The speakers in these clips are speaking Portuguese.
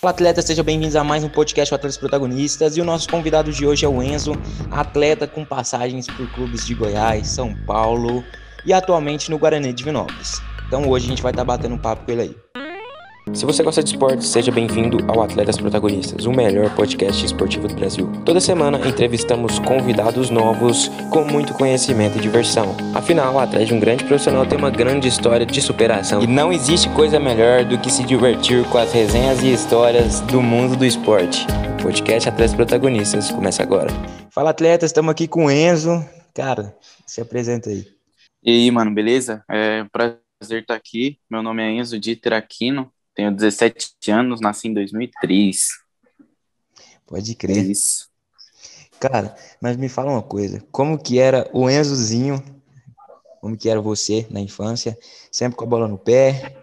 Fala, atletas, sejam bem-vindos a mais um podcast Atletas Protagonistas. E o nosso convidado de hoje é o Enzo, atleta com passagens por clubes de Goiás, São Paulo e atualmente no Guarani de Divinópolis. Então hoje a gente vai estar batendo um papo com ele aí. Se você gosta de esporte, seja bem-vindo ao Atletas Protagonistas, o melhor podcast esportivo do Brasil. Toda semana entrevistamos convidados novos com muito conhecimento e diversão. Afinal, atrás de um grande profissional tem uma grande história de superação. E não existe coisa melhor do que se divertir com as resenhas e histórias do mundo do esporte. O podcast Atletas Protagonistas começa agora. Fala, atletas, estamos aqui com o Enzo. Cara, se apresenta aí. E aí, mano, beleza? É um prazer estar aqui. Meu nome é Enzo Dieter Aquino. Tenho 17 anos, nasci em 2003. Pode crer. É isso. Cara, mas me fala uma coisa. Como que era o Enzozinho? Como que era você na infância? Sempre com a bola no pé?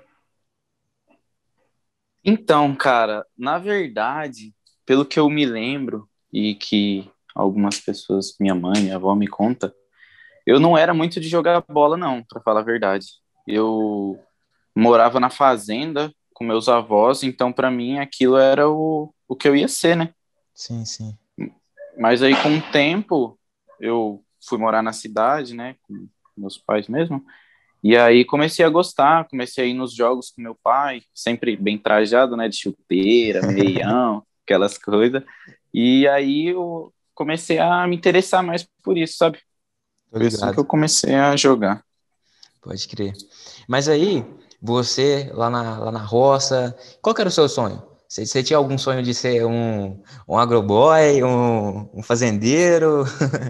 Então, cara, na verdade, pelo que eu me lembro e que algumas pessoas, minha mãe, minha avó me conta, eu não era muito de jogar bola, não, pra falar a verdade. Eu morava na fazenda com meus avós, então pra mim aquilo era o que eu ia ser, né? Sim, sim. Mas aí com o tempo eu fui morar na cidade, né, com meus pais mesmo, e aí comecei a gostar, comecei a ir nos jogos com meu pai, sempre bem trajado, né, de chuteira, meião, aquelas coisas, e aí eu comecei a me interessar mais por isso, sabe? Tô Foi assim que ligado. eu comecei a jogar. Pode crer. Mas aí, você lá na roça, qual que era o seu sonho? Você tinha algum sonho de ser um agroboy, um fazendeiro?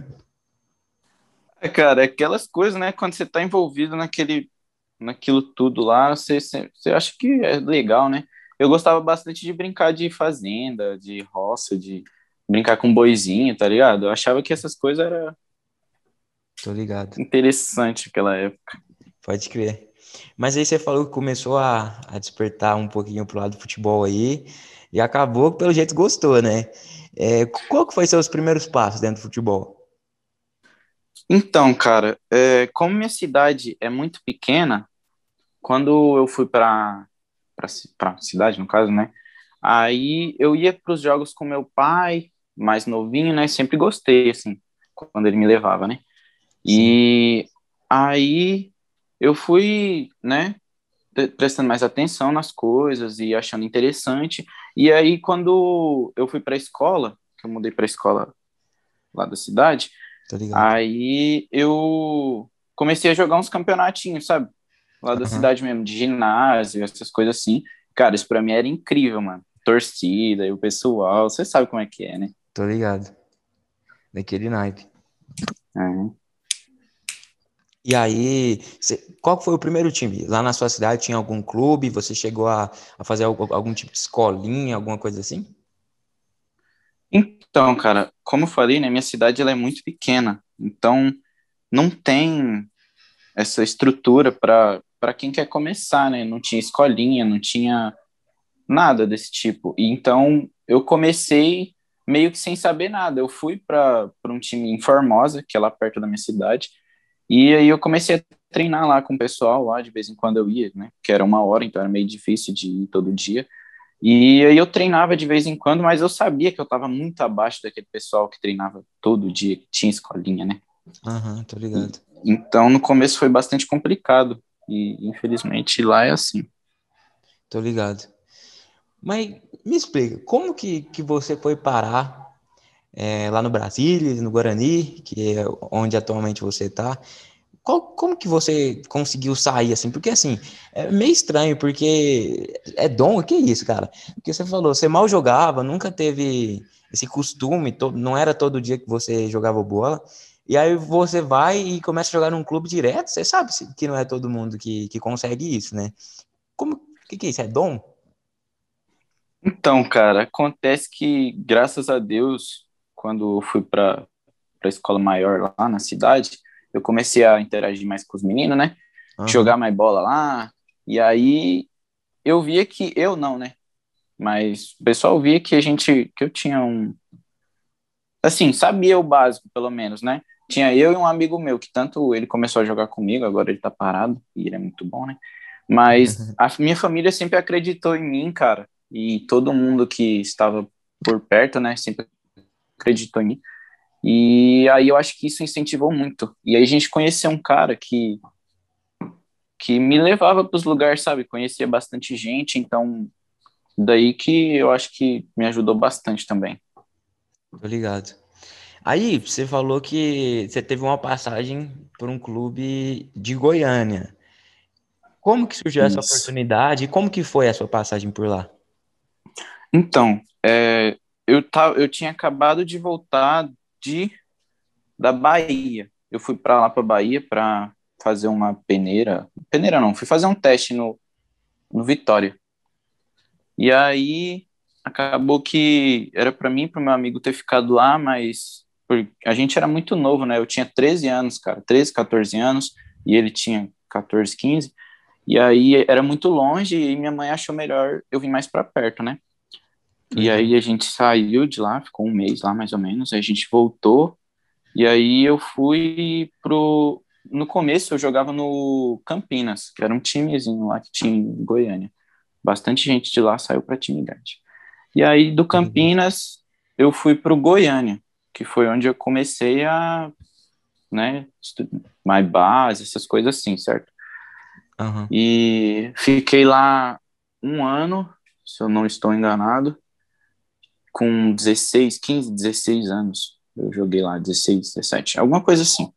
É, cara, é aquelas coisas, né, quando você tá envolvido naquilo tudo lá, você acha que é legal, né? Eu gostava bastante de brincar de fazenda, de roça, de brincar com boizinho, tá ligado? Eu achava que essas coisas eram Tô ligado. interessantes naquela época. Pode crer. Mas aí você falou que começou a despertar um pouquinho pro lado do futebol aí e acabou que pelo jeito gostou, né? Qual que foi seus primeiros passos dentro do futebol? Então, cara, como minha cidade é muito pequena, quando eu fui para cidade, no caso, né? Aí eu ia para os jogos com meu pai, mais novinho, né? Sempre gostei, assim, quando ele me levava, né? Sim, E aí eu fui, né, prestando mais atenção nas coisas e achando interessante. E aí quando eu fui para a escola, que eu mudei para a escola lá da cidade, tô ligado. aí eu comecei a jogar uns campeonatinhos, sabe? Lá da Aham, cidade mesmo, de ginásio, essas coisas assim. Cara, isso pra mim era incrível, mano. Torcida e o pessoal, você sabe como é que é, né? tô ligado. Daquele naipe. É. E aí, qual foi o primeiro time? Lá na sua cidade tinha algum clube? Você chegou a fazer algum tipo de escolinha, alguma coisa assim? Então, cara, como eu falei, né, minha cidade ela é muito pequena, então não tem essa estrutura para quem quer começar, né? Não tinha escolinha, não tinha nada desse tipo. E então eu comecei meio que sem saber nada. Eu fui para um time em Formosa, que é lá perto da minha cidade, e aí eu comecei a treinar lá com o pessoal, lá de vez em quando eu ia, né? Que era uma hora, então era meio difícil de ir todo dia. E aí eu treinava de vez em quando, mas eu sabia que eu estava muito abaixo daquele pessoal que treinava todo dia, que tinha escolinha, né? Aham, tô ligado. Então no começo foi bastante complicado. E infelizmente lá é assim. Tô ligado. Mas me explica, como que você foi parar lá no Brasília, no Guarani, que é onde atualmente você tá? Como que você conseguiu sair assim? Porque assim, é meio estranho, porque é dom, que isso, cara? Porque você falou, você mal jogava, nunca teve esse costume, não era todo dia que você jogava bola, e aí você vai e começa a jogar num clube direto, você sabe que não é todo mundo que consegue isso, né? Como, que é isso? É dom? Então, cara, acontece que, graças a Deus, quando eu fui para a escola maior lá na cidade, eu comecei a interagir mais com os meninos, né? Aham, Jogar mais bola lá. E aí eu via que eu não, né? Mas o pessoal via que eu tinha um, assim, sabia o básico, pelo menos, né? Tinha eu e um amigo meu, que tanto ele começou a jogar comigo, agora ele tá parado, e ele é muito bom, né? Mas a minha família sempre acreditou em mim, cara. e todo mundo que estava por perto, né, sempre acreditou em mim. E aí eu acho que isso incentivou muito. E aí a gente conheceu um cara que me levava para os lugares, sabe? Conhecia bastante gente, então daí que eu acho que me ajudou bastante também. Tô ligado. Aí, você falou que você teve uma passagem por um clube de Goiânia. Como que surgiu essa Isso. oportunidade e como que foi a sua passagem por lá? Então, eu tinha acabado de voltar de da Bahia. Eu fui para lá para Bahia para fazer uma peneira. Peneira não, fui fazer um teste no Vitória. E aí acabou que era para mim, para meu amigo ter ficado lá, mas a gente era muito novo, né? Eu tinha 13 anos, cara, 13, 14 anos, e ele tinha 14, 15. E aí era muito longe e minha mãe achou melhor eu vir mais para perto, né? Tô E ligado. aí a gente saiu de lá, ficou um mês lá mais ou menos, aí a gente voltou. E aí eu fui pro. No começo eu jogava no Campinas, que era um timezinho lá que tinha em Goiânia. Bastante gente de lá saiu para time grande. E aí do Tô ligado. Campinas eu fui pro Goiânia, que foi onde eu comecei a, né, mais base, essas coisas assim, certo? Aham. E fiquei lá um ano, se eu não estou enganado, com 16, 15, 16 anos. Eu joguei lá 16, 17, alguma coisa assim.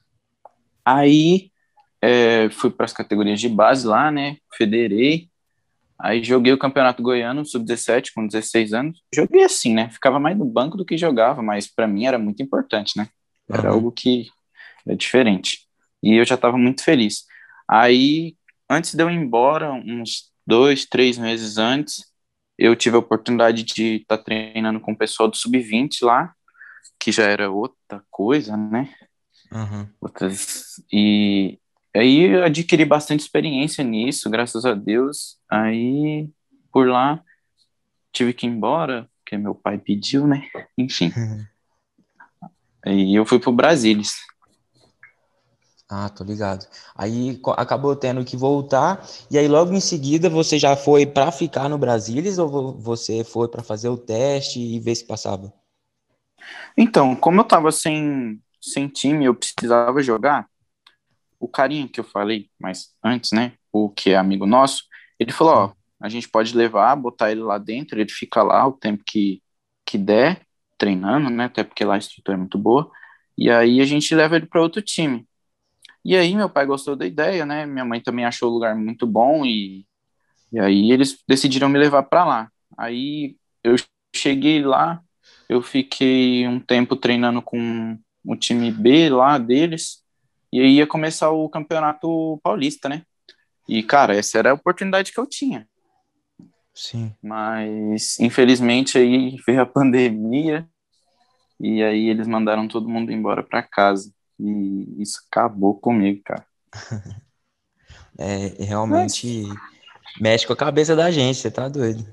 Aí fui para as categorias de base lá, né? Federei. Aí joguei o Campeonato Goiano Sub-17 com 16 anos. Joguei assim, né? Ficava mais no banco do que jogava, mas para mim era muito importante, né? Era Aham. algo que é diferente. E eu já estava muito feliz. Aí, antes de eu ir embora, uns 2, 3 meses antes, eu tive a oportunidade de estar treinando com o pessoal do Sub-20 lá, que já era outra coisa, né? Aham. E aí eu adquiri bastante experiência nisso, graças a Deus. Aí por lá tive que ir embora, porque meu pai pediu, né? Enfim. Aí eu fui pro Brasilis. Ah, tô ligado. Aí acabou tendo que voltar, e aí logo em seguida você já foi pra ficar no Brasilis ou você foi pra fazer o teste e ver se passava? Então, como eu tava sem time, eu precisava jogar. O carinha que eu falei, mas antes, né? O que é amigo nosso, ele falou: ó, Sim. a gente pode levar, botar ele lá dentro, ele fica lá o tempo que der, treinando, né? Até porque lá a estrutura é muito boa. E aí a gente leva ele para outro time. E aí meu pai gostou da ideia, né? Minha mãe também achou o lugar muito bom e aí eles decidiram me levar para lá. Aí eu cheguei lá, eu fiquei um tempo treinando com o time B lá deles, e aí ia começar o Campeonato Paulista, né? E, cara, essa era a oportunidade que eu tinha. Sim. Mas, infelizmente, aí veio a pandemia, e aí eles mandaram todo mundo embora para casa. E isso acabou comigo, cara. É, Mas realmente mexe com a cabeça da gente, você tá doido.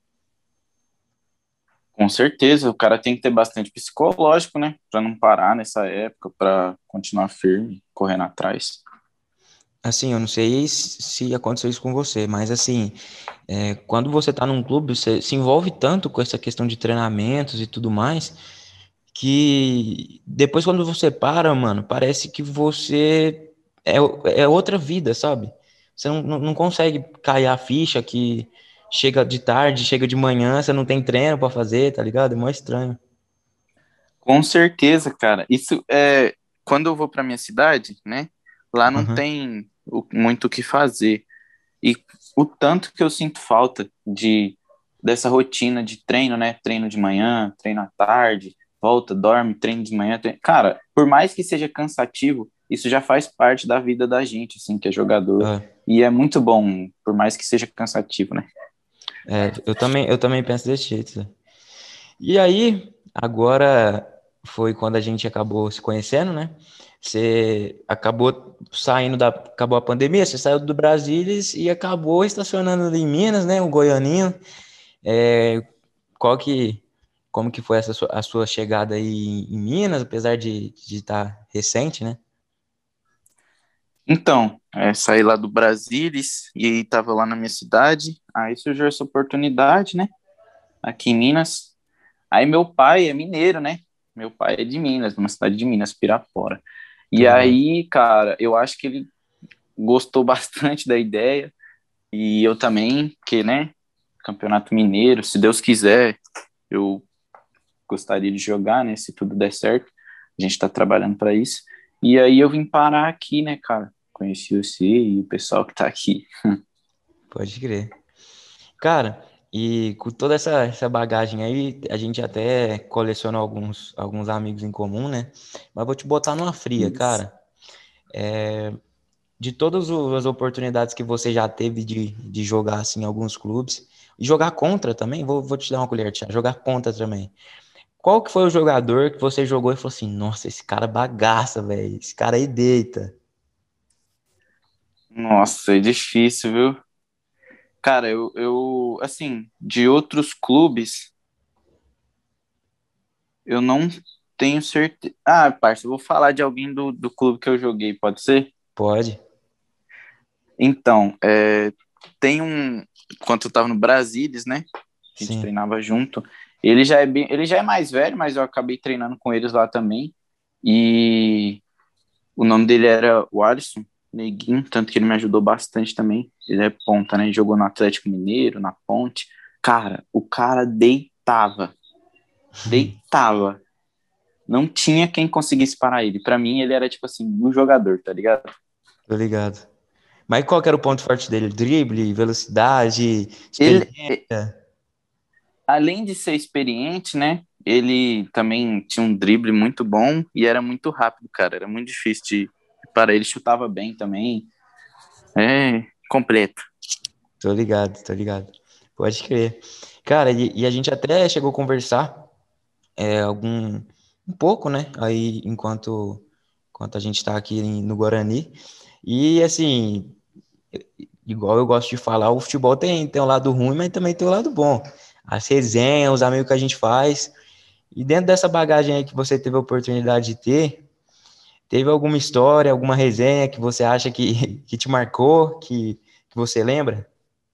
com certeza, o cara tem que ter bastante psicológico, né? Pra não parar nessa época, pra continuar firme, correndo atrás. Assim, eu não sei se aconteceu isso com você, mas assim, quando você tá num clube, você se envolve tanto com essa questão de treinamentos e tudo mais, que depois quando você para, mano, parece que você é outra vida, sabe? Você não consegue cair a ficha que chega de tarde, chega de manhã, você não tem treino pra fazer, tá ligado? É mó estranho. Com certeza, cara. Isso é quando eu vou pra minha cidade, né? Lá não Aham. tem muito o que fazer. E o tanto que eu sinto falta de dessa rotina de treino, né? Treino de manhã, treino à tarde, volta, dorme, treino de manhã. Cara, por mais que seja cansativo, isso já faz parte da vida da gente, assim, que é jogador. É, E é muito bom, por mais que seja cansativo, né? eu também penso desse jeito, né? E aí, agora foi quando a gente acabou se conhecendo, né? Você acabou saindo acabou a pandemia, você saiu do Brasilis e acabou estacionando ali em Minas, né? O Goianinho. É, qual que, como que foi a sua chegada aí em Minas, apesar de estar recente, né? Então, saí lá do Brasilis e tava lá na minha cidade, aí surgiu essa oportunidade, né, aqui em Minas. Aí meu pai é mineiro, né? Meu pai é de Minas, numa cidade de Minas, Pirapora. Tô E ligado. aí, cara, eu acho que ele gostou bastante da ideia, e eu também, porque, né, Campeonato Mineiro, se Deus quiser, eu gostaria de jogar, né, se tudo der certo. A gente tá trabalhando para isso. E aí eu vim parar aqui, né, cara? Conheci você e o pessoal que tá aqui. Pode crer. Cara, e com toda essa bagagem aí, a gente até coleciona alguns amigos em comum, né? Mas vou te botar numa fria, Isso. cara. De todas as oportunidades que você já teve de jogar assim, em alguns clubes, e jogar contra também, vou te dar uma colher de chá, jogar contra também. Qual que foi o jogador que você jogou e falou assim, nossa, esse cara bagaça, velho, esse cara aí deita. Nossa, é difícil, viu? Cara, assim, de outros clubes, eu não tenho certeza. Ah, parça, eu vou falar de alguém do clube que eu joguei, pode ser? Pode? Então, tem um. Enquanto eu tava no Brasilis, né? A gente Sim. treinava junto. Ele já é mais velho, mas eu acabei treinando com eles lá também. E o nome dele era o Alisson Neguinho, tanto que ele me ajudou bastante também. Ele é ponta, né? Ele jogou no Atlético Mineiro, na Ponte. Cara, o cara deitava, deitava. Não tinha quem conseguisse parar ele. Pra mim, ele era tipo assim, um jogador, tá ligado? Tô ligado. Mas qual que era o ponto forte dele? Drible, velocidade, Ele, experiência? além de ser experiente, né? Ele também tinha um drible muito bom e era muito rápido, cara. Era muito difícil de parar. Ele chutava bem também. É completo. Tô ligado, tô ligado. Pode crer. Cara, e a gente até chegou a conversar um pouco, né? Aí enquanto a gente tá aqui no Guarani. E assim, igual eu gosto de falar, o futebol tem um lado ruim, mas também tem o lado bom. As resenhas, os amigos que a gente faz. E dentro dessa bagagem aí que você teve a oportunidade de ter, teve alguma história, alguma resenha que você acha que te marcou, que você lembra?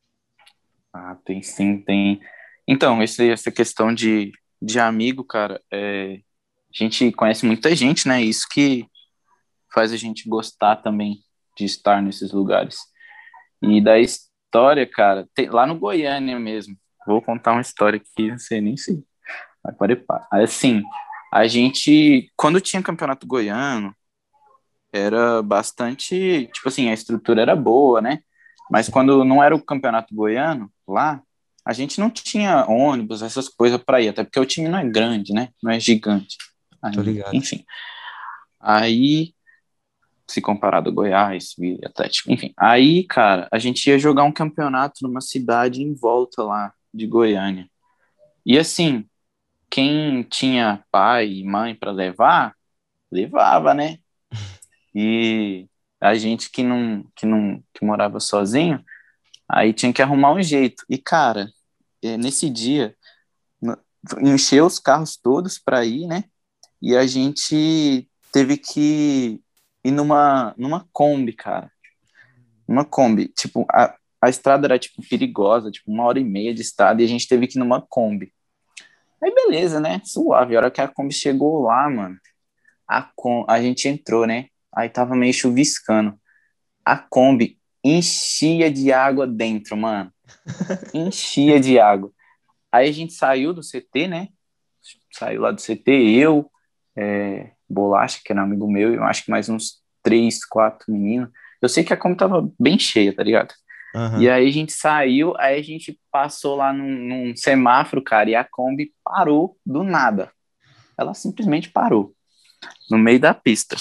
Ah, tem sim, tem. Então, essa questão de amigo, cara, a gente conhece muita gente, né? Isso que faz a gente gostar também de estar nesses lugares. E da história, cara, lá no Goiânia mesmo. Vou contar uma história aqui, não sei nem se vai parepar. Assim, a gente, quando tinha campeonato goiano, era bastante, tipo assim, a estrutura era boa, né? Mas Sim, quando não era o campeonato goiano, lá, a gente não tinha ônibus, essas coisas para ir, até porque o time não é grande, né? Não é gigante. tô Aí, ligado. enfim. Aí, se comparado a Goiás, Vila e Atlético, enfim. Aí, cara, a gente ia jogar um campeonato numa cidade em volta lá de Goiânia. E assim, quem tinha pai e mãe para levar, levava, né? E a gente que morava sozinho, aí tinha que arrumar um jeito. E, cara, nesse dia, no- encheu os carros todos para ir, né? E a gente teve que ir numa Kombi, cara. Uma Kombi. Tipo, a estrada era, tipo, perigosa, tipo, 1h30 de estrada, e a gente teve que ir numa Kombi. Aí, beleza, né? Suave. A hora que a Kombi chegou lá, mano, a gente entrou, né? Aí tava meio chuviscando. A Kombi enchia de água dentro, mano. Enchia de água. Aí a gente saiu do CT, né? Saiu lá do CT, eu, Bolacha, que era um amigo meu, e eu acho que mais uns três, quatro meninos. Eu sei que a Kombi tava bem cheia, tá ligado? E Aham. aí a gente saiu, aí a gente passou lá num semáforo, cara, e a Kombi parou do nada. Ela simplesmente parou no meio da pista.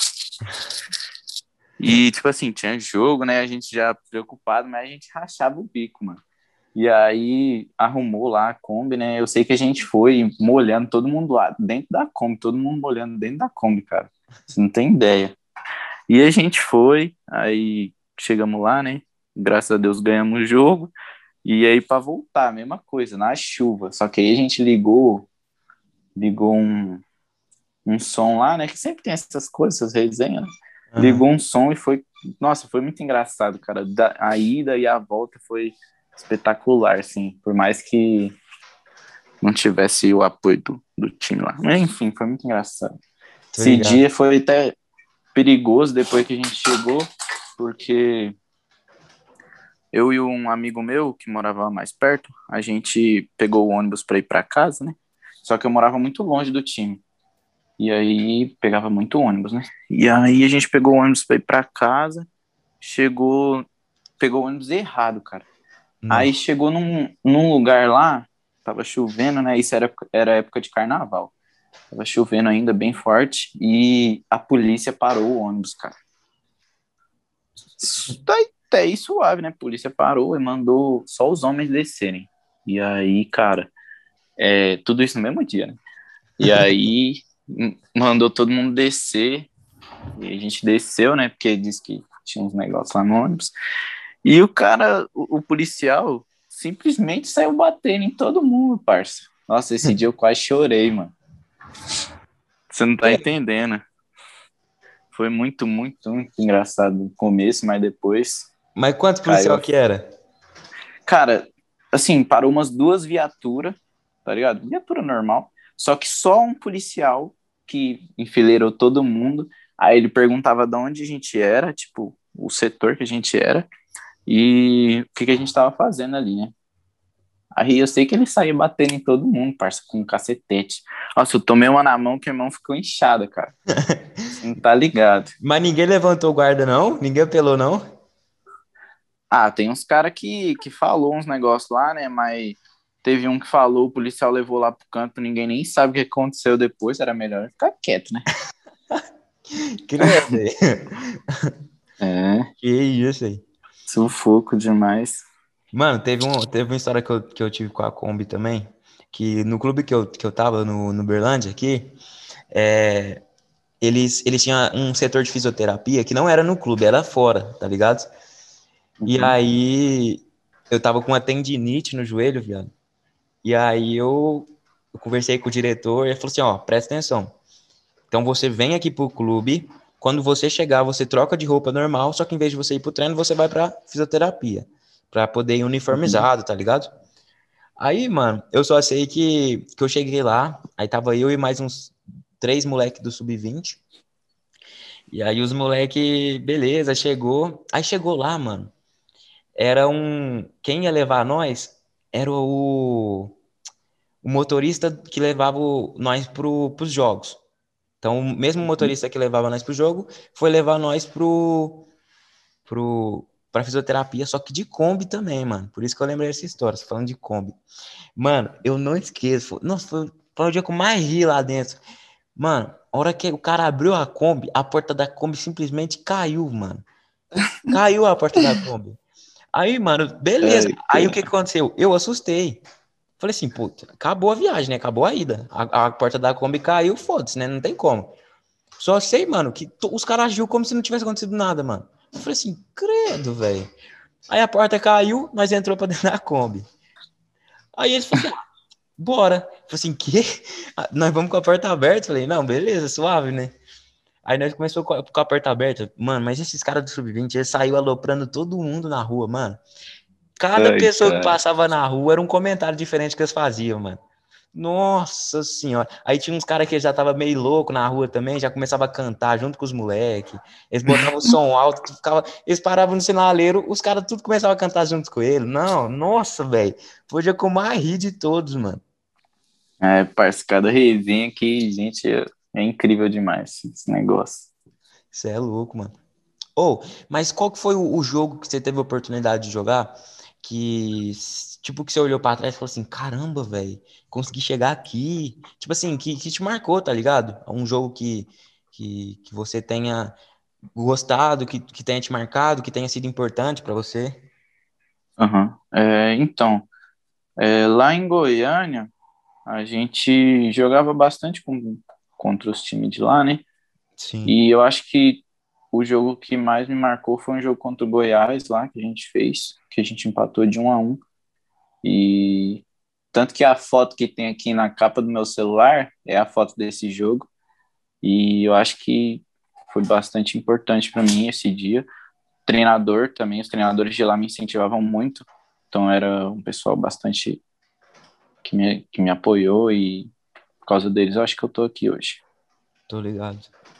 E, tipo assim, tinha jogo, né? A gente já preocupado, mas a gente rachava o bico, mano. E aí arrumou lá a Kombi, né? Eu sei que a gente foi molhando todo mundo lá dentro da Kombi, todo mundo molhando dentro da Kombi, cara. Você não tem ideia. E a gente foi, aí chegamos lá, né? Graças a Deus ganhamos o jogo. E aí para voltar, a mesma coisa, na chuva. Só que aí a gente ligou um som lá, né? Que sempre tem essas coisas, essas resenhas, né? Aham. Ligou um som e foi Nossa, foi muito engraçado, cara. A ida e a volta foi espetacular, assim. Por mais que não tivesse o apoio do time lá. Mas, enfim, foi muito engraçado. Tô Esse ligado. dia foi até perigoso depois que a gente chegou, porque eu e um amigo meu que morava mais perto, a gente pegou o ônibus para ir para casa, né? Só que eu morava muito longe do time. E aí pegava muito ônibus, né? E aí a gente pegou o ônibus para ir para casa, chegou, pegou o ônibus errado, cara. Aí Não. chegou num lugar lá, tava chovendo, né? Isso era época de carnaval. Tava chovendo ainda bem forte e a polícia parou o ônibus, cara. Daí até aí suave, né? A polícia parou e mandou só os homens descerem. E aí, cara, tudo isso no mesmo dia, né? E aí mandou todo mundo descer. E a gente desceu, né? Porque disse que tinha uns negócios lá no ônibus. E o cara, o policial, simplesmente saiu batendo em todo mundo, parça. Nossa, esse dia eu quase chorei, mano. Você não tá Que- entendendo. Foi muito, muito, muito engraçado no começo, mas depois Mas quantos caiu policial a... que era? Cara, assim, parou umas duas viaturas, tá ligado? Viatura normal. Só que só um policial que enfileirou todo mundo. Aí ele perguntava de onde a gente era, tipo, o setor que a gente era e o que a gente tava fazendo ali, né? Aí eu sei que ele saiu batendo em todo mundo, parça, com um cacetete. Nossa, eu tomei uma na mão que a mão ficou inchada, cara. Você não tá ligado. Mas ninguém levantou guarda, não? Ninguém apelou, não? Ah, tem uns caras que falou uns negócios lá, né? Mas teve um que falou, o policial levou lá pro canto, ninguém nem sabe o que aconteceu depois, era melhor ficar quieto, né? Credo, velho. É, Que isso aí. sufoco demais. Mano, teve uma história que eu tive com a Kombi também, que no clube que eu tava, no Berlândia aqui, é, eles tinham um setor de fisioterapia que não era no clube, era fora, tá ligado? E Uhum. aí eu tava com uma tendinite no joelho, viado. E aí eu conversei com o diretor e ele falou assim, ó, presta atenção. Então você vem aqui pro clube, quando você chegar, você troca de roupa normal, só que em vez de você ir pro treino, você vai pra fisioterapia, pra poder ir Uhum. uniformizado, tá ligado? Aí, mano, eu só sei que eu cheguei lá, aí tava eu e mais uns três moleques do sub-20. E aí os moleque, beleza, chegou. Aí chegou lá, mano. Era um. Quem ia levar nós era o motorista que levava nós pros jogos. Então, o mesmo Uhum. motorista que levava nós pro jogo foi levar nós pra fisioterapia, só que de Kombi também, mano. Por isso que eu lembrei dessa história, você falando de Kombi. Mano, eu não esqueço. Nossa, foi o dia que eu mais ri lá dentro. Mano, a hora que o cara abriu a Kombi, a porta da Kombi simplesmente caiu, mano. Caiu a porta da Kombi. Aí, mano, beleza. Ai, Aí o que cara. que aconteceu? Eu assustei. Falei assim, puta, acabou a viagem, né? Acabou a ida. A porta da Kombi caiu, foda-se, né? Não tem como. Só sei, mano, que os caras agiu como se não tivesse acontecido nada, mano. Eu falei assim, credo, velho. Aí a porta caiu, nós entrou pra dentro da Kombi. Aí eles falaram assim, bora. Eu falei assim, quê? Nós vamos com a porta aberta? Eu falei, não, beleza, suave, né? Aí nós começamos com a porta aberta. Mano, mas esses caras do Sub-20, eles saíram aloprando todo mundo na rua, mano. Cada Ai, pessoa que cara. passava na rua era um comentário diferente que eles faziam, mano. Nossa senhora. Aí tinha uns caras que já tava meio louco na rua também, já começava a cantar junto com os moleques. Eles botavam o som alto, eles paravam no sinaleiro, os caras tudo começavam a cantar junto com ele. Não, nossa, velho. Foi o dia que eu mais ri de todos, mano. Parça, cada resenha aqui, gente, é incrível demais esse negócio. Você é louco, mano. Ou, mas qual que foi o jogo que você teve a oportunidade de jogar que, tipo, que você olhou pra trás e falou assim, caramba, velho, consegui chegar aqui. Tipo assim, que te marcou, tá ligado? Um jogo que você tenha gostado, que tenha te marcado, que tenha sido importante pra você. Uhum. Então, lá em Goiânia, a gente jogava bastante contra os times de lá, né? Sim. E eu acho que o jogo que mais me marcou foi um jogo contra o Goiás lá que a gente fez, que a gente empatou de 1-1. E tanto que a foto que tem aqui na capa do meu celular é a foto desse jogo. E eu acho que foi bastante importante para mim esse dia, treinador também, os treinadores de lá me incentivavam muito, então era um pessoal bastante que me apoiou e por causa deles eu acho que eu tô aqui hoje. Tô ligado.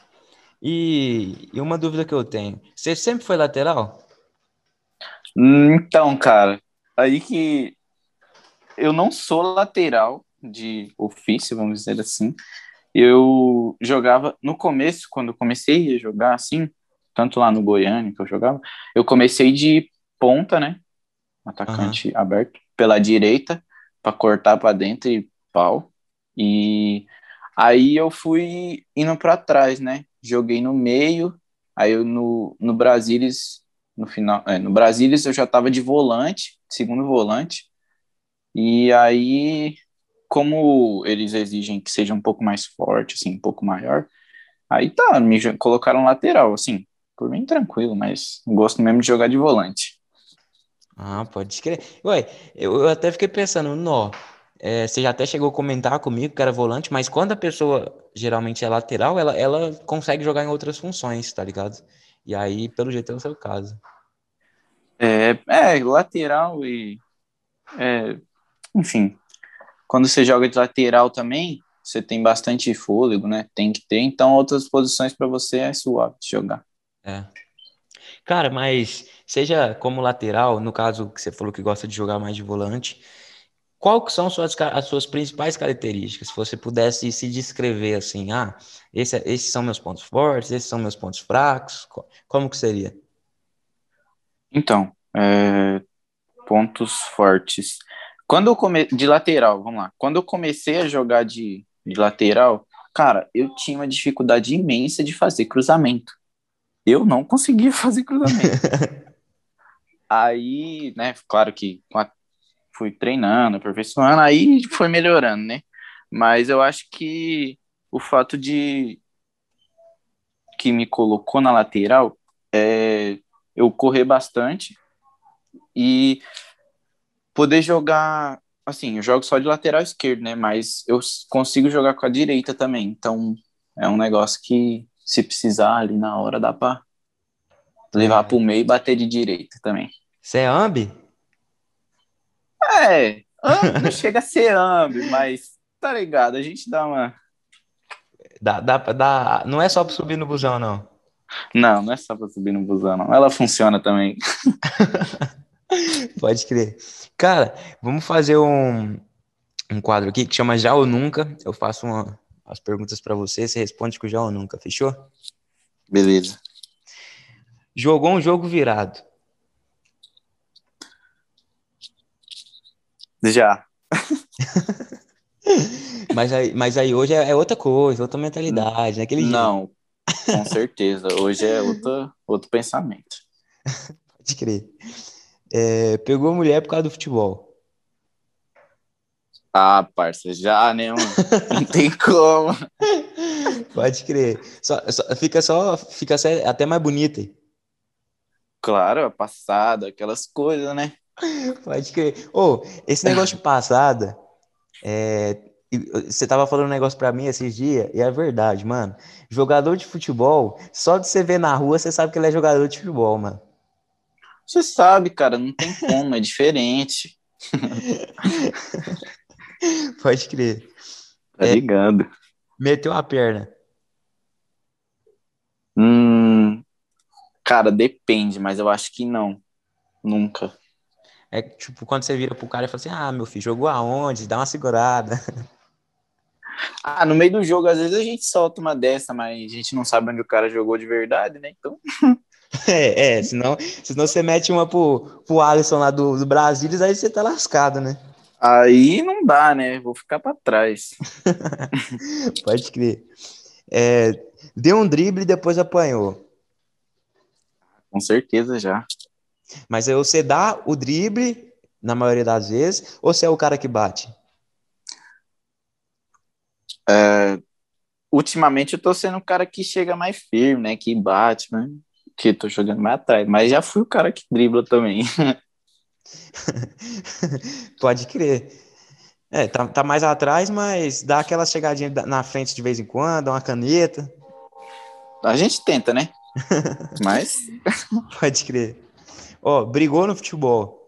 E uma dúvida que eu tenho. Você sempre foi lateral? Então, cara, aí que eu não sou lateral de ofício, vamos dizer assim. Eu jogava no começo, quando eu comecei a jogar assim, tanto lá no Goiânia que eu jogava, eu comecei de ponta, né? Aham. Atacante aberto, pela direita, para cortar para dentro e pau. E aí eu fui indo para trás, né? Joguei no meio, aí eu no Brasilis, no final, no Brasilis eu já tava de volante, segundo volante, e aí, como eles exigem que seja um pouco mais forte, assim, um pouco maior, aí tá, colocaram lateral, assim, por mim tranquilo, mas gosto mesmo de jogar de volante. Ah, pode crer. Ué, eu até fiquei pensando, nó, você já até chegou a comentar comigo que era volante, mas quando a pessoa geralmente é lateral, ela consegue jogar em outras funções, tá ligado? E aí, pelo jeito, é o seu caso. Lateral e, é, enfim, quando você joga de lateral também, você tem bastante fôlego, né? Tem que ter, então outras posições para você é suave de jogar. É. Cara, mas seja como lateral, no caso que você falou que gosta de jogar mais de volante, qual que são as suas principais características? Se você pudesse se descrever assim, esses são meus pontos fortes, esses são meus pontos fracos, como que seria? Então, pontos fortes. De lateral, vamos lá. Quando eu comecei a jogar de lateral, cara, eu tinha uma dificuldade imensa de fazer cruzamento. Eu não conseguia fazer cruzamento. Aí, né, claro que fui treinando, aperfeiçoando, aí foi melhorando, né? Mas eu acho que o fato de que me colocou na lateral é eu correr bastante e poder jogar, assim, eu jogo só de lateral esquerdo, né? Mas eu consigo jogar com a direita também. Então, é um negócio que, se precisar ali na hora, dá pra Tô levar pro ligado. meio e bater de direita também. Você é ambi? Não chega a ser ambi, mas tá ligado, a gente dá uma. Não é só pra subir no busão, não. Não, não é só pra subir no busão, não. Ela funciona também. Pode crer. Cara, vamos fazer um quadro aqui que chama Já ou Nunca. Eu faço as perguntas pra você, você responde com já ou nunca, fechou? Beleza. Jogou um jogo virado. Já. Mas aí hoje é outra coisa, outra mentalidade, naquele jeito. Não, com certeza. Hoje é outro pensamento. Pode crer. Pegou mulher por causa do futebol. Ah, parça, já, né, mano? Não tem como. Pode crer. Fica até mais bonita. Claro, a passada, aquelas coisas, né? Pode crer. Ô, esse negócio de passada, você tava falando um negócio pra mim esses dias, e é verdade, mano. Jogador de futebol, só de você ver na rua, você sabe que ele é jogador de futebol, mano. Você sabe, cara, não tem como, é diferente. Pode crer. Tá ligado? Meteu a perna. Hum, cara, depende, mas eu acho que não. Nunca. É tipo, quando você vira pro cara e fala assim: meu filho, jogou aonde? Dá uma segurada. Ah, no meio do jogo, às vezes a gente solta uma dessa, mas a gente não sabe onde o cara jogou de verdade, né? Então, Senão você mete uma pro Alisson lá do Brasília, aí você tá lascado, né? aí não dá, né? Vou ficar pra trás. Pode crer. É, deu um drible e depois apanhou. Com certeza já. Mas aí você dá o drible, na maioria das vezes, ou você é o cara que bate? Ultimamente eu tô sendo o cara que chega mais firme, né? Que bate, né? Que tô jogando mais atrás. Mas já fui o cara que dribla também. Pode crer. Tá mais atrás, mas dá aquela chegadinha na frente de vez em quando, dá uma caneta. A gente tenta, né? Mas Pode crer. Ó, brigou no futebol.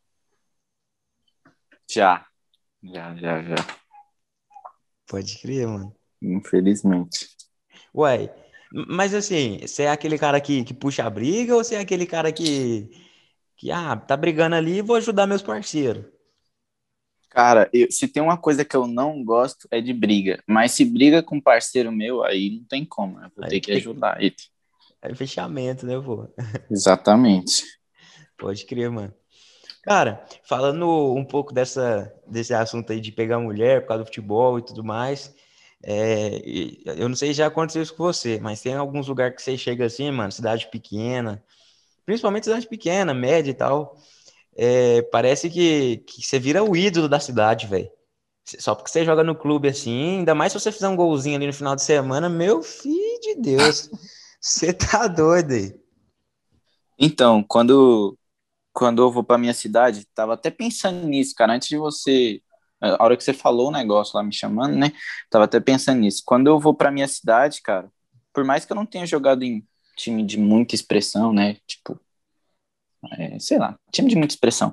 já, já, Pode crer, mano. infelizmente. Uai, mas assim, você é aquele cara que puxa a briga ou você é aquele cara que tá brigando ali e vou ajudar meus parceiros? Cara, se tem uma coisa que eu não gosto é de briga, mas se briga com um parceiro meu, aí não tem como, eu vou Aí ter que tem, ajudar ele. é fechamento, né, pô? Exatamente. Pode crer, mano. Cara, falando um pouco desse assunto aí de pegar mulher por causa do futebol e tudo mais, eu não sei se já aconteceu isso com você, mas tem alguns lugares que você chega assim, mano, cidade pequena, principalmente cidade pequena, média e tal, parece que você vira o ídolo da cidade, velho. Só porque você joga no clube assim, ainda mais se você fizer um golzinho ali no final de semana, meu filho de Deus, você tá doido aí. Então, quando eu vou pra minha cidade, tava até pensando nisso, cara, antes de você, a hora que você falou o negócio lá me chamando, né? Tava até pensando nisso. Quando eu vou pra minha cidade, cara, por mais que eu não tenha jogado em time de muita expressão, né? Tipo, sei lá, time de muita expressão.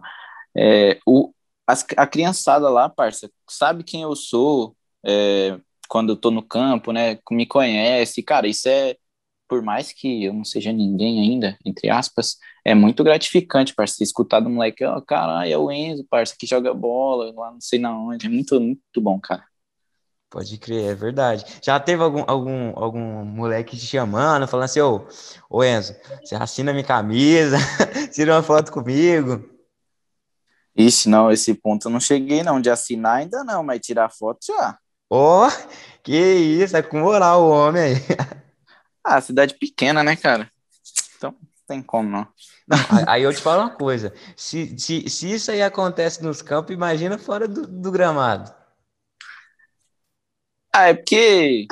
A criançada lá, parça, sabe quem eu sou, quando eu tô no campo, né? Me conhece, cara, isso por mais que eu não seja ninguém ainda, entre aspas, é muito gratificante, parça, você escutar do moleque, ó, caralho, é o Enzo, parça, que joga bola lá não sei na onde, é muito, muito bom, cara. Pode crer, é verdade. Já teve algum moleque te chamando, falando assim, ô Enzo, você assina minha camisa, tira uma foto comigo. Ixi, não, esse ponto eu não cheguei não, de assinar ainda não, mas tirar foto já. Ó, que isso, é com moral o homem aí. Ah, cidade pequena, né, cara? Então, não tem como não. Não, aí eu te falo uma coisa, se isso aí acontece nos campos, imagina fora do gramado. Ah, é porque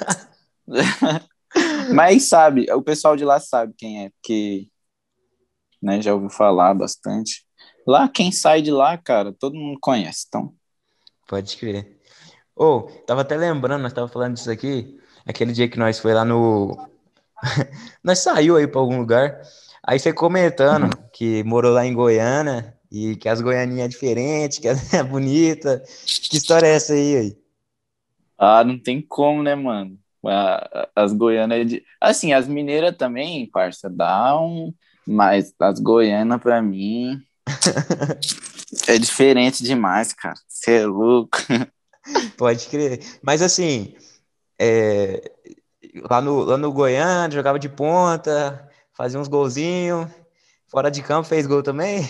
mas sabe, o pessoal de lá sabe quem é, porque, né, já ouviu falar bastante. Lá, quem sai de lá, cara, todo mundo conhece, então. Pode crer. Ô, tava até lembrando, nós tava falando disso aqui, aquele dia que nós foi lá no... Nós saiu aí pra algum lugar, aí você comentando que morou lá em Goiânia e que as goianinhas é diferente, que é bonita. Que história é essa aí? Ah, não tem como, né, mano? As goianas, assim, as mineiras também, parça, dá um, mas as goianas, pra mim, é diferente demais, cara. Você é louco. Pode crer. Mas assim, é, lá no Goiânia, jogava de ponta, fazia uns golzinhos. Fora de campo fez gol também?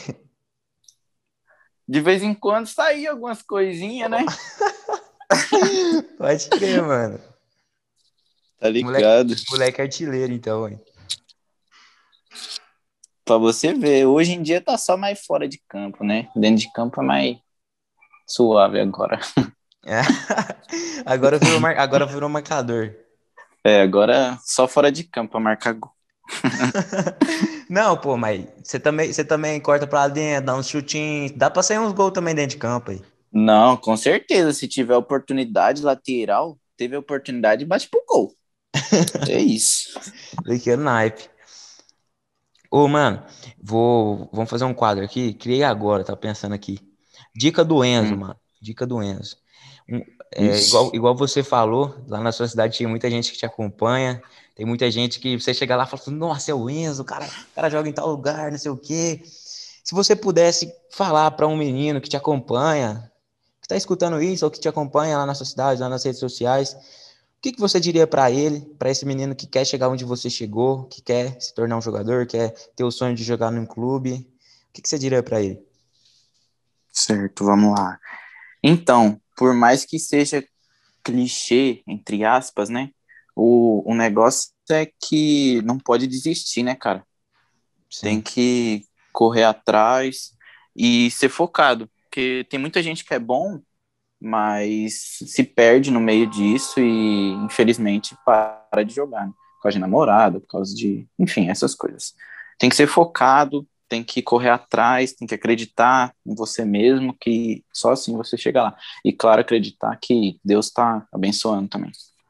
De vez em quando saía algumas coisinhas, né? Pode crer, mano. Tá Moleque, ligado? moleque artilheiro, então, hein? Pra você ver, hoje em dia tá só mais fora de campo, né? Dentro de campo é mais suave agora. É. Agora virou marcador. Agora só fora de campo pra marcar gol. Não, pô, mas você também corta pra dentro, dá uns chutinhos. Dá pra sair uns gols também dentro de campo aí. Não, com certeza. Se tiver oportunidade lateral, teve oportunidade, bate pro gol. É isso. Liqueiro naipe. Ô, mano, vamos fazer um quadro aqui. Criei agora, tá pensando aqui. Dica do Enzo, Hum. mano. Dica do Enzo. Igual, Ixi. igual você falou, lá na sua cidade tem muita gente que te acompanha. Tem muita gente que você chega lá e fala assim, nossa, é o Enzo, o cara joga em tal lugar, não sei o quê. Se você pudesse falar para um menino que te acompanha, que está escutando isso, ou que te acompanha lá na sua cidade, lá nas redes sociais, o que você diria para ele, para esse menino que quer chegar onde você chegou, que quer se tornar um jogador, quer ter o sonho de jogar num clube? O que você diria para ele? Certo, vamos lá. Então, por mais que seja clichê, entre aspas, né? O negócio é que não pode desistir, né, cara? Tem Sim, que correr atrás e ser focado. Porque tem muita gente que é bom, mas se perde no meio disso e, infelizmente, para de jogar, né? Por causa de namorada, por causa de, enfim, essas coisas. Tem que ser focado, tem que correr atrás, tem que acreditar em você mesmo, que só assim você chega lá. E, claro, acreditar que Deus está abençoando também.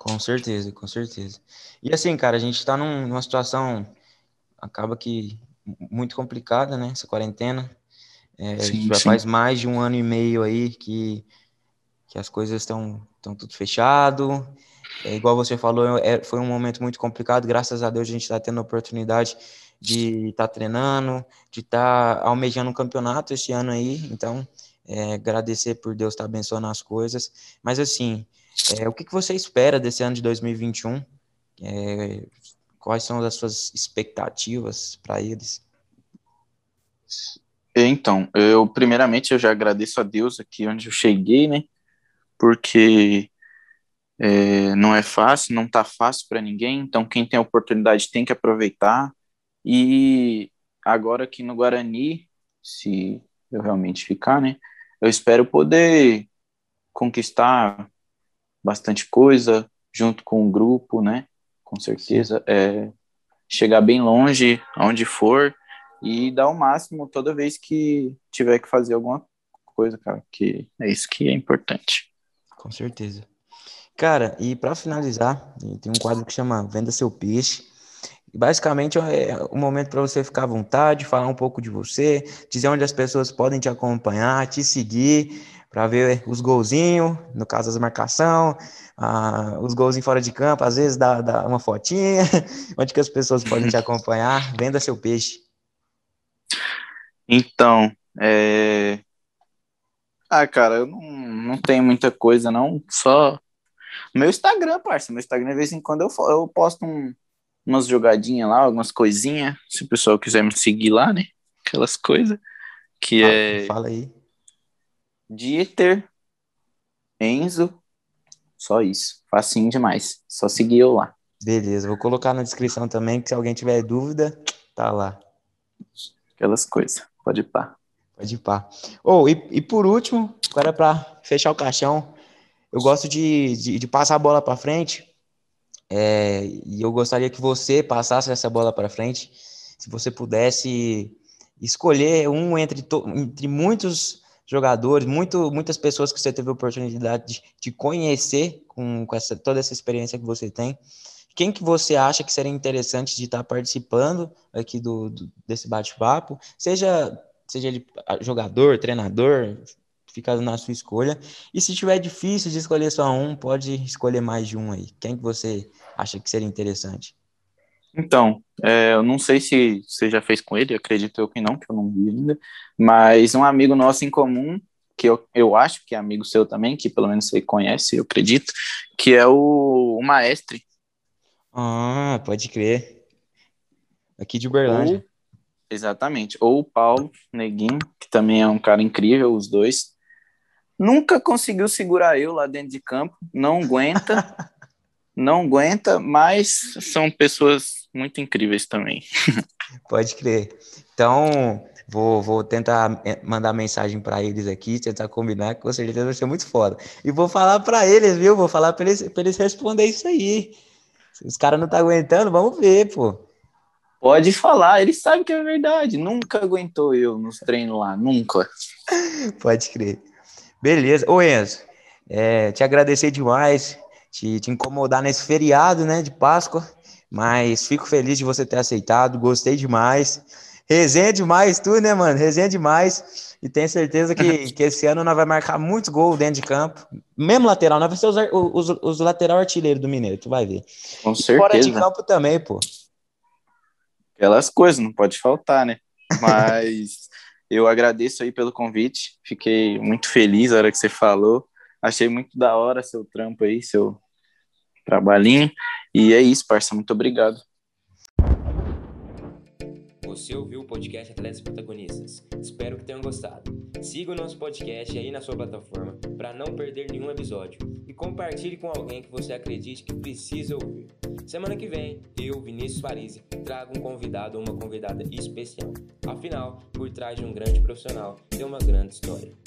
Com certeza, com certeza. E assim, cara, a gente tá numa situação, acaba que muito complicada, né? Essa quarentena. A gente Sim, já sim. faz mais de um ano e meio aí que as coisas estão tudo fechado. Igual você falou, foi um momento muito complicado. Graças a Deus a gente está tendo a oportunidade de estar treinando, de estar almejando um campeonato esse ano aí. Então, agradecer por Deus estar abençoando as coisas. Mas assim, o que você espera desse ano de 2021? Quais são as suas expectativas para eles? Então, primeiramente eu já agradeço a Deus aqui onde eu cheguei, né? Porque não é fácil, não tá fácil para ninguém, então quem tem a oportunidade tem que aproveitar. E agora aqui no Guarani, se eu realmente ficar, né? Eu espero poder conquistar bastante coisa junto com o grupo, né? Com Sim, certeza. Chegar bem longe, aonde for, e dar o máximo toda vez que tiver que fazer alguma coisa, cara, que é isso que é importante. com certeza. Cara, e para finalizar, tem um quadro que chama Venda Seu Peixe. E basicamente é o momento para você ficar à vontade, falar um pouco de você, dizer onde as pessoas podem te acompanhar, te seguir, para ver os golzinhos, no caso as marcação, os golzinhos fora de campo, às vezes dá uma fotinha, onde que as pessoas podem te acompanhar. Venda seu peixe. Então, cara, eu não tenho muita coisa, não, só meu Instagram, parça, meu Instagram, de vez em quando eu posto umas jogadinhas lá, algumas coisinhas, se o pessoal quiser me seguir lá, né, aquelas coisas, que Fala, é fala aí. Dieter, Enzo, só isso, facinho demais, só seguir eu lá, Beleza, vou colocar na descrição também, que se alguém tiver dúvida, tá lá. aquelas coisas, pode ir pá. Pode ir pá. E por último, agora para fechar o caixão, eu gosto de passar a bola para frente, e eu gostaria que você passasse essa bola para frente. Se você pudesse escolher entre muitos jogadores, muitas pessoas que você teve a oportunidade de conhecer com toda essa experiência que você tem, quem que você acha que seria interessante de estar participando aqui desse bate-papo? Seja ele jogador, treinador, fica na sua escolha. E se tiver difícil de escolher só um, pode escolher mais de um aí. Quem que você acha que seria interessante? Então, eu não sei se você já fez com ele, acredito eu que eu não vi ainda, mas um amigo nosso em comum, que eu acho que é amigo seu também, que pelo menos você conhece, eu acredito, que é o Maestre, Ah, pode crer. Aqui de Uberlândia. ou, exatamente, ou o Paulo Neguinho, que também é um cara incrível, os dois. Nunca conseguiu segurar eu lá dentro de campo, não aguenta, mas são pessoas muito incríveis também. Pode crer. Então, vou tentar mandar mensagem para eles aqui, tentar combinar, que com certeza vai ser muito foda. E vou falar para eles, viu? Vou falar para eles responder isso aí. Se os caras não tá aguentando, vamos ver, pô. Pode falar, ele sabe que é verdade. Nunca aguentou eu nos treinos lá, nunca. Pode crer. Beleza. Ô, Enzo, te agradecer demais, te incomodar nesse feriado, né, de Páscoa, mas fico feliz de você ter aceitado, gostei demais. Resenha demais tu, né, mano? Resenha demais. E tenho certeza que esse ano nós vai marcar muitos gols dentro de campo. Mesmo lateral, nós vai ser os lateral artilheiro do Mineiro, tu vai ver. Com E fora de certeza. campo também, pô. Aquelas coisas, não pode faltar, né? Mas eu agradeço aí pelo convite. Fiquei muito feliz na hora que você falou. Achei muito da hora seu trampo aí, seu trabalhinho. E é isso, parça. Muito obrigado. Você ouviu o podcast Atletas Protagonistas. Espero que tenham gostado. Siga o nosso podcast aí na sua plataforma para não perder nenhum episódio. E compartilhe com alguém que você acredite que precisa ouvir. Semana que vem, eu, Vinícius Farisi, trago um convidado ou uma convidada especial. Afinal, por trás de um grande profissional tem uma grande história.